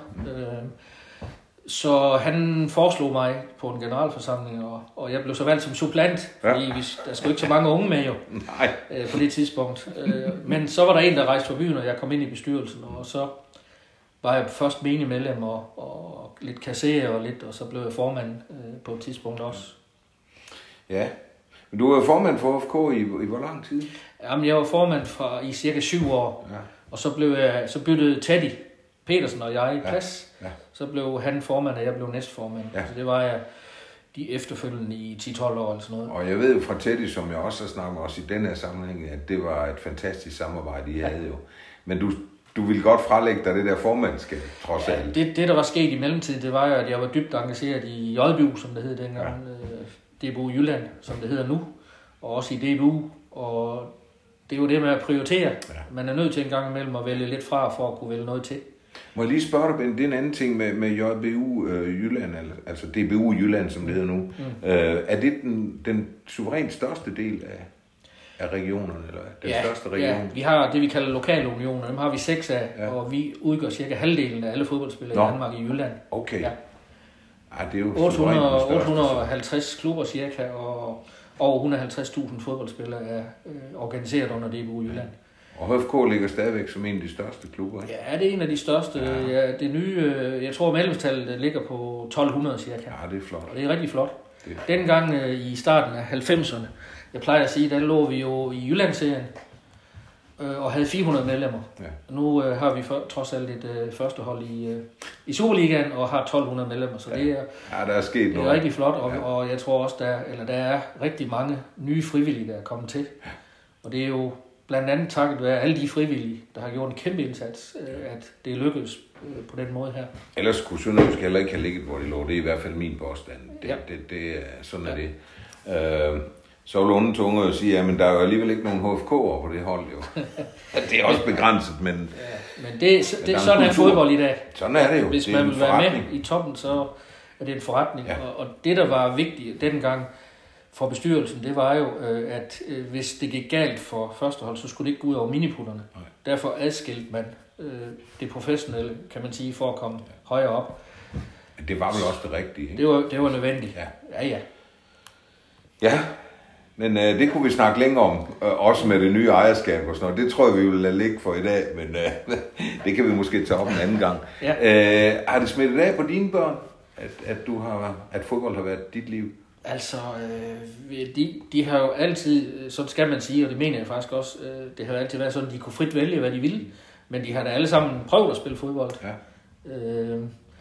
Så han foreslog mig på en generalforsamling, og jeg blev så valgt som supplant, fordi der skulle ikke så mange unge med jo. Nej. På det tidspunkt. Men så var der en, der rejste fra byen, og jeg kom ind i bestyrelsen, og så var jeg først menig medlem og lidt kasserer og så blev jeg formand på et tidspunkt også. Ja, men du var formand for HFK i hvor lang tid? Jamen, jeg var formand i cirka 7 år, og så byttede Teddy Petersen og jeg plads. Ja. Så blev han formand, og jeg blev næstformand. Ja. Så det var jeg de efterfølgende i 10-12 år eller sådan noget. Og jeg ved jo fra Teddy, som jeg også har snakket med også i den her sammenhæng, at det var et fantastisk samarbejde, I havde jo. Men du ville godt frelægge dig det der formandskab, trods alt. Det, der var sket i mellemtiden, det var jo, at jeg var dybt engageret i JBU, som det hed dengang. Ja. DBU Jylland, som det hedder nu. Og også i DBU. Og det er jo det med at prioritere. Ja. Man er nødt til en gang imellem at vælge lidt fra, for at kunne vælge noget til. Må jeg lige spørge dig, Ben, det er en anden ting med JBU Jylland, altså DBU Jylland, som det hedder nu. Er det den suverænt største del af regionerne, eller den største region? Ja, vi har det, vi kalder lokale unioner. Dem har vi 6 af, og vi udgør cirka halvdelen af alle fodboldspillere i Danmark i Jylland. Okay. Ja. Det er jo 850 klubber cirka, og over 150.000 fodboldspillere er organiseret under DBU Jylland. Og HFK ligger stadigvæk som en af de største klubber, ikke? Ja, det er en af de største. Ja, det nye, jeg tror medlemstallet ligger på 1200 cirka. Ja, det er flot. Og det er rigtig flot. Dengang i starten af 90'erne, jeg plejer at sige, der lå vi jo i Jyllandsserien og havde 400 medlemmer. Ja. Nu har vi trods alt et første hold i Superligaen og har 1200 medlemmer, så det er, der er sket noget. Det er rigtig flot, og jeg tror også, der er rigtig mange nye frivillige, der er kommet til. Og det er jo blandt andet takket være alle de frivillige, der har gjort en kæmpe indsats, at det lykkedes på den måde her. Ellers skulle Sønderjysk heller ikke have ligget, hvor det lå. Det er i hvert fald min påstand. Sådan er det. Så vil onde tunge sige, at der er jo alligevel ikke nogen HFK'er på det hold, jo. Det er også begrænset, men... Ja, men det sådan er fodbold i dag. Sådan er det jo. Hvis man vil være med i toppen, så er det en forretning. Ja. Og det, der var vigtigt dengang for bestyrelsen, det var jo, at hvis det gik galt for førstehold, så skulle det ikke gå ud over miniputterne. Nej. Derfor adskilte man det professionelle, kan man sige, for at komme højere op. Det var vel også det rigtige, ikke? Det var nødvendigt. Ja. Ja, men det kunne vi snakke længere om, også med det nye ejerskab og sådan noget. Det tror jeg, vi vil lade ligge for i dag, men det kan vi måske tage op en anden gang. Ja. Har det smittet af på dine børn, at fodbold har været dit liv? Altså, de har jo altid, sådan skal man sige, og det mener jeg faktisk også, det har altid været sådan, at de kunne frit vælge, hvad de ville, men de har da alle sammen prøvet at spille fodbold. Ja.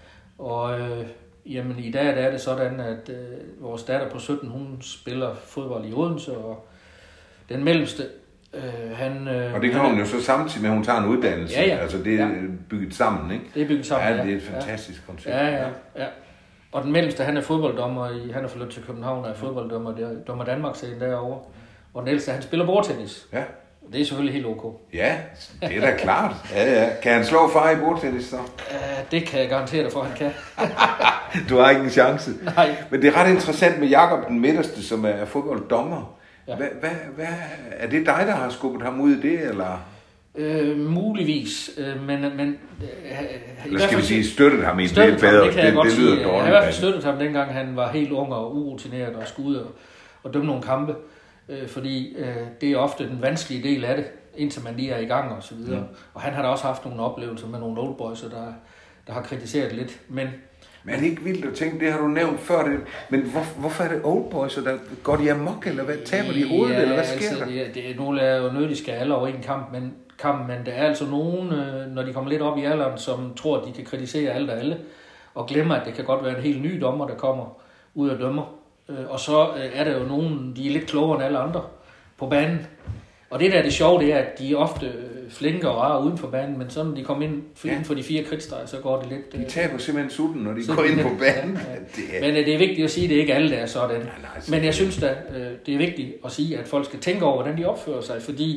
Jamen i dag der er det sådan, at vores datter på 17, hun spiller fodbold i Odense, og den mellemste, han... og det kan hun jo så samtidig med, at hun tager en uddannelse. Ja. Altså det er bygget sammen, ikke? Det er bygget sammen, ja. Det er et fantastisk koncept. Ja. Og den mellemste, han er fodbolddommer, han er flyttet til København, og er fodbolddommer, dommer Danmark-serien derovre. Og den ældste, han spiller bordtennis. Ja. Det er selvfølgelig helt ok. Ja, det er da klart. Ja. Kan han slå far i bordtennis så? Det kan jeg garantere dig for, han kan. Du har ikke en chance. Nej. Men det er ret interessant med Jakob den midterste, som er fodbolddommer. Ja. Hvad, er det dig, der har skubbet ham ud i det, eller... Muligvis, men eller skal vi sige, støttet ham i det bedre? Det kan jeg godt sige. Jeg har i hvert fald støttet ham, dengang han var helt ung og urutineret og skulle ud og dømme nogle kampe. Fordi det er ofte den vanskelige del af det, indtil man lige er i gang og så videre. Og han har da også haft nogle oplevelser med nogle oldboys, der har kritiseret lidt. Men er det ikke vildt at tænke, det har du nævnt før det, men hvorfor er det oldboys, der går de amok, eller hvad, taber de i hovedet, eller hvad sker der? Nogle er jo nødt, de skal alle over i en kamp, men der er altså nogen, når de kommer lidt op i alderen, som tror, at de kan kritisere alt og alle, og glemmer, at det kan godt være en helt ny dommer, der kommer ud og dømmer. Og så er der jo nogen, de er lidt klogere end alle andre på banen. Og det der er det sjove, det er, at de er ofte flinke og rare uden for banen, men så når de kommer ind for de 4 kridtstreger, så går det lidt... De taber simpelthen sutten, når de går ind på banen. Ja. Men det er vigtigt at sige, at det er ikke alle, der er sådan. Men jeg synes da, det er vigtigt at sige, at folk skal tænke over, hvordan de opfører sig, fordi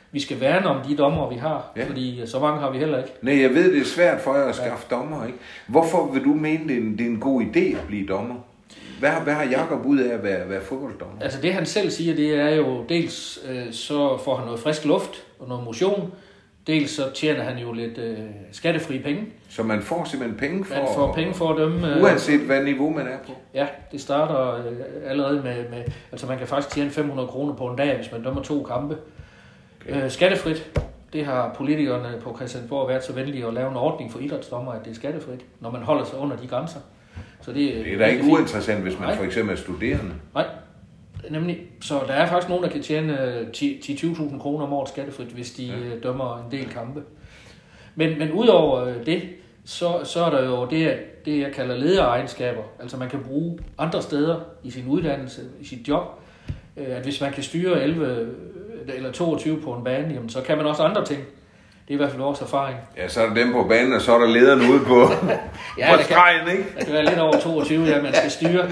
vi skal værne om de dommer, vi har, fordi så mange har vi heller ikke. Nej, jeg ved, det er svært for jer at skaffe dommer, ikke? Hvorfor vil du mene, det er en god idé at blive dommer? Hvad har Jakob ud af at være fodbolddommer? Altså det han selv siger, det er jo dels så får han noget frisk luft og noget motion. Dels så tjener han jo lidt skattefri penge. Så man får simpelthen penge for... Man får penge for dem. Uanset hvad niveau man er på? Ja, det starter allerede med... Altså man kan faktisk tjene 500 kroner på en dag, hvis man dømmer 2 kampe. Okay. Skattefrit. Det har politikerne på Christiansborg været så venlige at lave en ordning for idrætsdommer, at det er skattefrit, når man holder sig under de grænser. Så det er da ikke uinteressant, hvis man for eksempel er studerende. Nej, nemlig. Så der er faktisk nogen, der kan tjene 10-20.000 kroner om året skattefrit, hvis de dømmer en del kampe. Men udover det, så er der jo det, jeg kalder lederegenskaber. Altså man kan bruge andre steder i sin uddannelse, i sit job. At hvis man kan styre 11 eller 22 på en bane, jamen, så kan man også andre ting. Det er i hvert fald vores erfaring. Ja, så er der dem på banen, og så er der lederen ude på, på stregen, ikke? Der kan være lidt over 22, ja, man skal styre.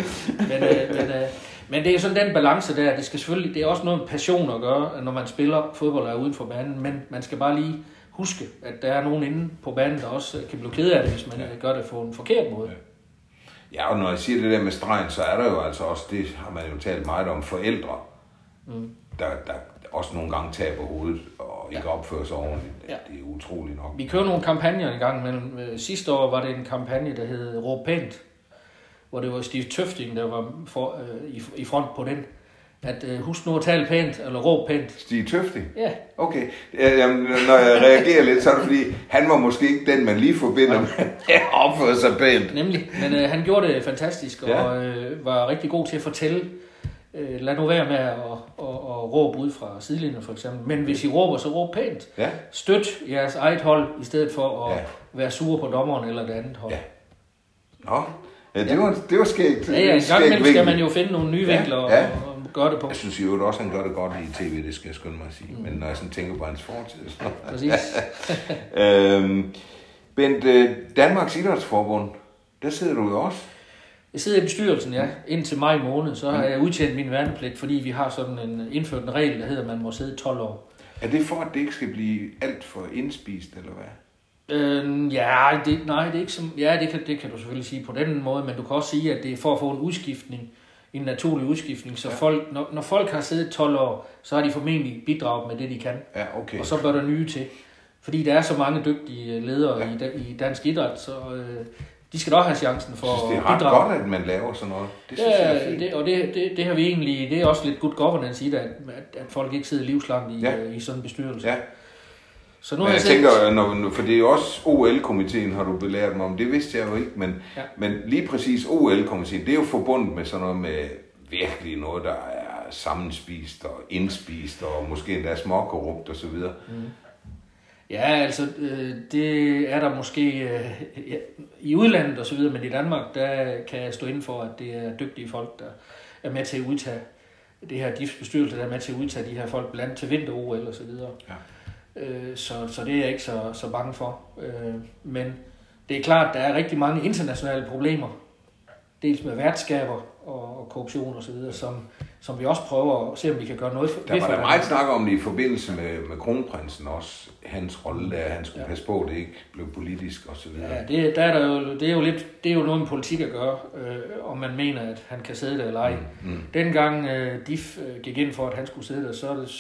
Men det er sådan den balance der. Det skal selvfølgelig, det er også noget med passion at gøre, når man spiller fodbold og er uden for banen. Men man skal bare lige huske, at der er nogen inde på banen, der også kan blive ked af det, hvis man gør det på en forkert måde. Ja, og når jeg siger det der med stregen, så er der jo altså også, det har man jo talt meget om, forældre, der også nogle gange taber hovedet og ikke opfører sig ordentligt. Ja. Det er utroligt nok. Vi kører nogle kampagner i gang. Men sidste år var det en kampagne, der hed Råb Pænt, hvor det var Steve Tøfting, der var i front på den. At husk nu at tale pænt, eller råb pænt. Steve Tøfting? Ja. Okay. Jamen, når jeg reagerer lidt, så er det fordi, han var måske ikke den, man lige forbinder med at opføre sig pænt. Nemlig. Men han gjorde det fantastisk, og var rigtig god til at fortælle, lad nu være med at råbe ud fra sidelinjen for eksempel. Men hvis I råber, så råb pænt. Ja. Støt jeres eget hold, i stedet for at være sure på dommeren eller det andet hold. Ja. Nå, det var skægt. Ja, en gang imellem skal man jo finde nogle nye vinkler og gøre det på. Jeg synes jo også, han gør det godt i tv, det skal jeg skynde mig at sige. Men når jeg sådan tænker på hans fortid. Præcis. Bent, Danmarks Idrætsforbund, der sidder du jo også. Jeg sidder i bestyrelsen, ja. Indtil maj måned, så har jeg udtjent min værnepligt, fordi vi har sådan indført en regel, der hedder, at man må sidde 12 år. Er det for, at det ikke skal blive alt for indspist, eller hvad? Det er ikke som... Ja, det kan du selvfølgelig sige på den måde, men du kan også sige, at det er for at få en udskiftning, en naturlig udskiftning, så folk, når folk har siddet 12 år, så har de formentlig bidraget med det, de kan. Ja, okay. Og så bør der nye til. Fordi der er så mange dygtige ledere i dansk idræt, så de skal da også have chancen for at bidrage. Det er ret godt, at man laver sådan noget. Det synes jeg er fint. Det har vi egentlig... Det er også lidt good governance i det, at folk ikke sidder livslangt i sådan en bestyrelse. Ja. Så nu jeg tænker, for det er jo også OL-komiteen, har du belært mig om. Det vidste jeg jo ikke, men lige præcis OL-komiteen, det er jo forbundet med sådan noget med virkelig noget, der er sammenspist og indspist, og måske endda småkorrupt og så videre. Ja, altså, det er der måske i udlandet og så videre, men i Danmark, der kan jeg stå inden for, at det er dygtige folk, der er med til at udtage det her DIFs-bestyrelse, der er med til at udtage de her folk blandt andet til vinter-OL og så videre. Ja. Så det er jeg ikke så bange for. Men det er klart, at der er rigtig mange internationale problemer. Dels med værtskaber og korruption og så videre, som vi også prøver at se, om vi kan gøre noget for. Der var der meget snak om det i forbindelse med kronprinsen også. Hans rolle der, han skulle passe på, at det ikke blev politisk og så videre. Ja, det er jo noget med politik at gøre, om man mener, at han kan sidde der eller ej. Dengang DIF gik ind for, at han skulle sidde der,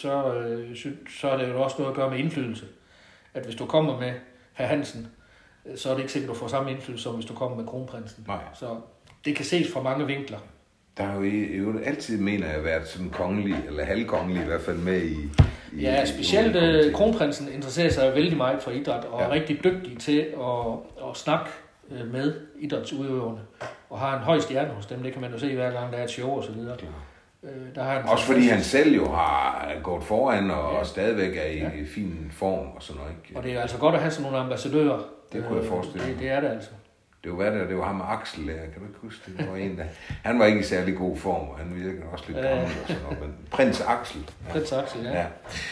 så er det jo også noget at gøre med indflydelse. At hvis du kommer med hr. Hansen, så er det ikke sikkert, at du får samme indflydelse, som hvis du kommer med kronprinsen. Nej. Så det kan ses fra mange vinkler. Der har jo altid, mener jeg, været sådan kongelig, eller halvkongelig i hvert fald med i ja, specielt kronprinsen interesserer sig vældig meget for idræt, og er rigtig dygtig til at snakke med idrætsudøverne, og har en høj stjerne hos dem. Det kan man jo se hver gang, der er et show og så videre. Også fordi han selv jo har gået foran og stadigvæk er i fin form og sådan noget. Ikke? Og det er altså godt at have sådan nogle ambassadører. Det kunne jeg forestille mig. Det er det altså. Det var ham med Axel der, kan du ikke huske det? Det var en, han var ikke i særlig god form, og han virkede også lidt gammel og sådan noget, men prins Axel. Ja. Prins Axel, ja.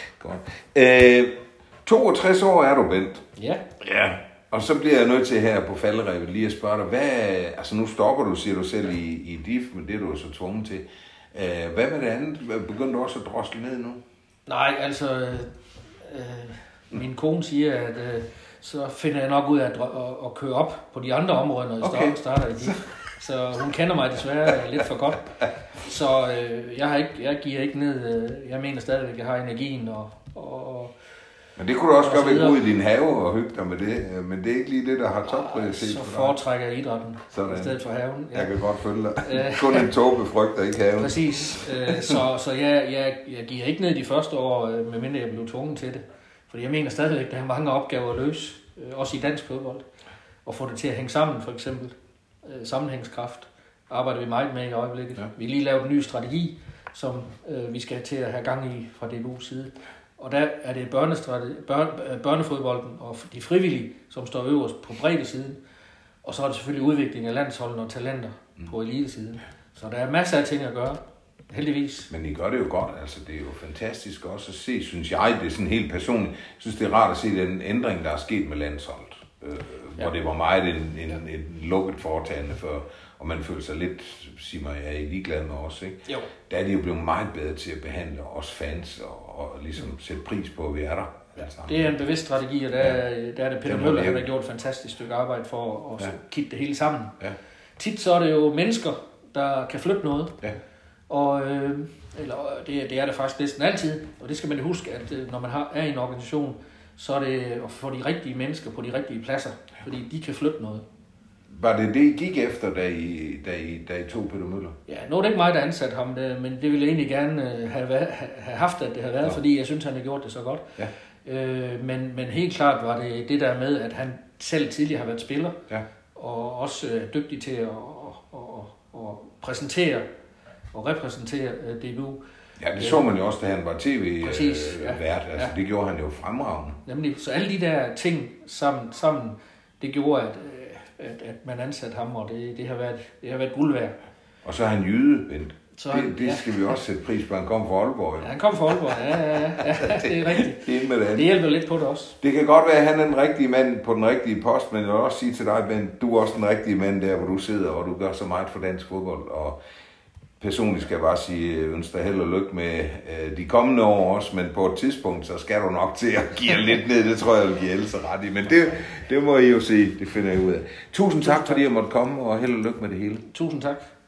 Godt. 62 år er du, Bent. Ja. Ja. Og så bliver jeg nødt til her på falderevet lige at spørge dig, altså nu stopper du, siger du selv, i DIF, men det er du så tvunget til. Hvad med det andet? Begynder du også at drosle ned nu? Nej, altså Min kone siger, at så finder jeg nok ud af at køre op på de andre områder, når jeg starter i det. Så hun kender mig desværre lidt for godt. Så jeg giver ikke ned. Jeg mener stadigvæk, at jeg har energien og men det kunne du også gøre ved at gå i din have og hygge dig med det. Men det er ikke lige det, der har topprioritet for dig. Så foretrækker jeg idrætten i stedet for haven. Ja. Jeg kan godt følge dig. Kun en tåbe frygter ikke haven. Præcis. Så jeg giver ikke ned de første år, medmindre jeg blev tvunget til det. Fordi jeg mener stadigvæk, at der er mange opgaver at løse. Også i dansk fodbold. Og få det til at hænge sammen, for eksempel. Sammenhængskraft arbejder vi meget med i øjeblikket. Ja. Vi har lige lavet en ny strategi, som vi skal til at have gang i fra DBU's side. Og der er det børnefodbolden og de frivillige, som står øverst på breddesiden. Og så er det selvfølgelig udvikling af landsholdene og talenter på elitesiden. Så der er masser af ting at gøre, heldigvis. Men I gør det jo godt, altså det er jo fantastisk også at se, synes jeg, det er sådan helt personligt. Jeg synes, det er rart at se den ændring, der er sket med landsholdet. Hvor det var meget en lukket foretagende før, og man føler sig lidt, sig mig, jeg er ligeglad med os, ikke? Jo. Der er de jo blevet meget bedre til at behandle os fans, og ligesom sætte pris på, at vi er der. Ja. Det er en bevidst strategi, og der er det Peter Møller, der har gjort et fantastisk stykke arbejde for at kigge det hele sammen. Ja. Tit så er det jo mennesker, der kan flytte noget, og det er det faktisk næsten altid, og det skal man huske, at når man er i en organisation, så er det at få de rigtige mennesker på de rigtige pladser, fordi de kan flytte noget. Var det I gik efter, da I tog Peter Møller? Ja, nu er det ikke mig, der ansat ham, men det ville jeg egentlig gerne have haft, at det havde været, fordi jeg synes, han har gjort det så godt. Ja. Men helt klart var det der med, at han selv tidligere har været spiller, og også dygtig til at præsentere og repræsentere DBU. Ja, det så man jo også, da han var tv-vært. Altså, det gjorde han jo fremragende. Nemlig, så alle de der ting sammen det gjorde, at man ansatte ham, og det har været guld værd. Og så er han jyde, Bent. Det skal vi også sætte pris på. Han kom fra Aalborg. Ja, han kom fra Aalborg, ja, det er rigtigt. Det hjælper lidt på det også. Det kan godt være, at han er den rigtige mand på den rigtige post, men jeg vil også sige til dig, Bent, du er også den rigtige mand der, hvor du sidder, og du gør så meget for dansk fodbold, og personligt skal jeg bare sige, ønsker dig held og lykke med de kommende år også, men på et tidspunkt, så skal du nok til at give lidt ned. Det tror jeg, vil give Else ret i, men det må I jo se, det finder jeg ud af. Tusind tak, fordi jeg måtte komme, og held og lykke med det hele. Tusind tak.